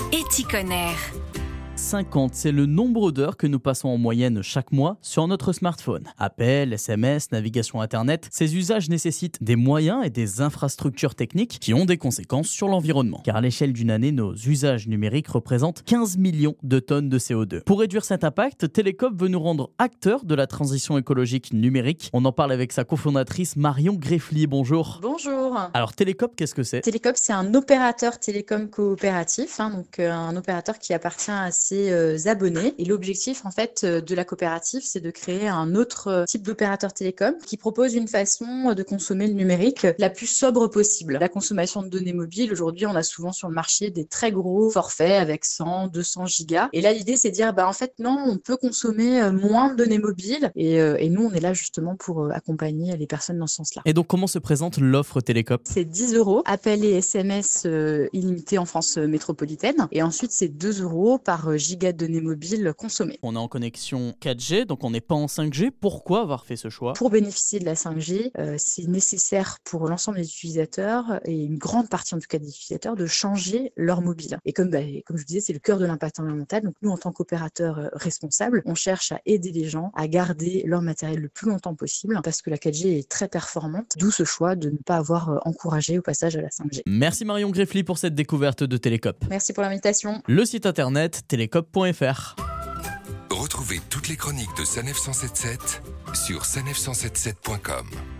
Eticonner. 50, c'est le nombre d'heures que nous passons en moyenne chaque mois sur notre smartphone. Appels, SMS, navigation Internet, ces usages nécessitent des moyens et des infrastructures techniques qui ont des conséquences sur l'environnement. Car à l'échelle d'une année, nos usages numériques représentent 15 millions de tonnes de CO2. Pour réduire cet impact, Télécope veut nous rendre acteurs de la transition écologique numérique. On en parle avec sa cofondatrice Marion Grefflier. Bonjour. Bonjour. Alors Télécope, qu'est-ce que c'est ? Télécope, c'est un opérateur télécom coopératif, donc un opérateur qui appartient à ses abonnés. Et l'objectif, en fait, de la coopérative, c'est de créer un autre type d'opérateur télécom qui propose une façon de consommer le numérique la plus sobre possible. La consommation de données mobiles, aujourd'hui, on a souvent sur le marché des très gros forfaits avec 100, 200 gigas. Et là, l'idée, c'est de dire, en fait, non, on peut consommer moins de données mobiles. Et nous, on est là justement pour accompagner les personnes dans ce sens-là. Et donc, comment se présente l'offre Télécope ? C'est 10 €, appels et SMS illimités en France métropolitaine. Et ensuite, c'est 2 € par giga de données mobiles consommées. On est en connexion 4G, donc on n'est pas en 5G. Pourquoi avoir fait ce choix ? Pour bénéficier de la 5G, c'est nécessaire pour l'ensemble des utilisateurs, et une grande partie en tout cas des utilisateurs, de changer leur mobile. Et comme je disais, c'est le cœur de l'impact environnemental. Donc nous, en tant qu'opérateur responsable, on cherche à aider les gens à garder leur matériel le plus longtemps possible, parce que la 4G est très performante, d'où ce choix de ne pas avoir encouragé au passage à la 5G. Merci Marion Grefflier pour cette découverte de Télécope. Merci pour l'invitation. Le site internet télécope.fr. Retrouvez toutes les chroniques de Sanef 177 sur sanef177.com.